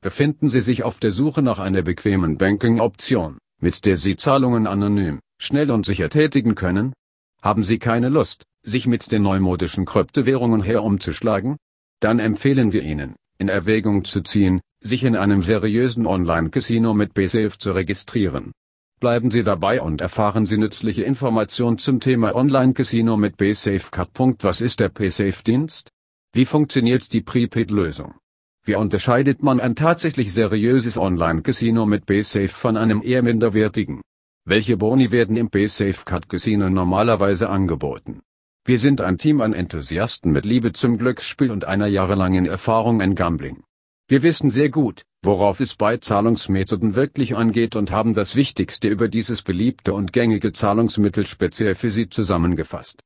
Befinden Sie sich auf der Suche nach einer bequemen Banking-Option, mit der Sie Zahlungen anonym, schnell und sicher tätigen können? Haben Sie keine Lust, sich mit den neumodischen Kryptowährungen herumzuschlagen? Dann empfehlen wir Ihnen, in Erwägung zu ziehen, sich in einem seriösen Online-Casino mit BSafe zu registrieren. Bleiben Sie dabei und erfahren Sie nützliche Informationen zum Thema Online-Casino mit BSafeCard. Was ist der BSafe-Dienst? Wie funktioniert die Prepaid-Lösung? Wie unterscheidet man ein tatsächlich seriöses Online-Casino mit BSafe von einem eher minderwertigen? Welche Boni werden im BSafeCard Casino normalerweise angeboten? Wir sind ein Team an Enthusiasten mit Liebe zum Glücksspiel und einer jahrelangen Erfahrung in Gambling. Wir wissen sehr gut, worauf es bei Zahlungsmethoden wirklich angeht und haben das Wichtigste über dieses beliebte und gängige Zahlungsmittel speziell für Sie zusammengefasst.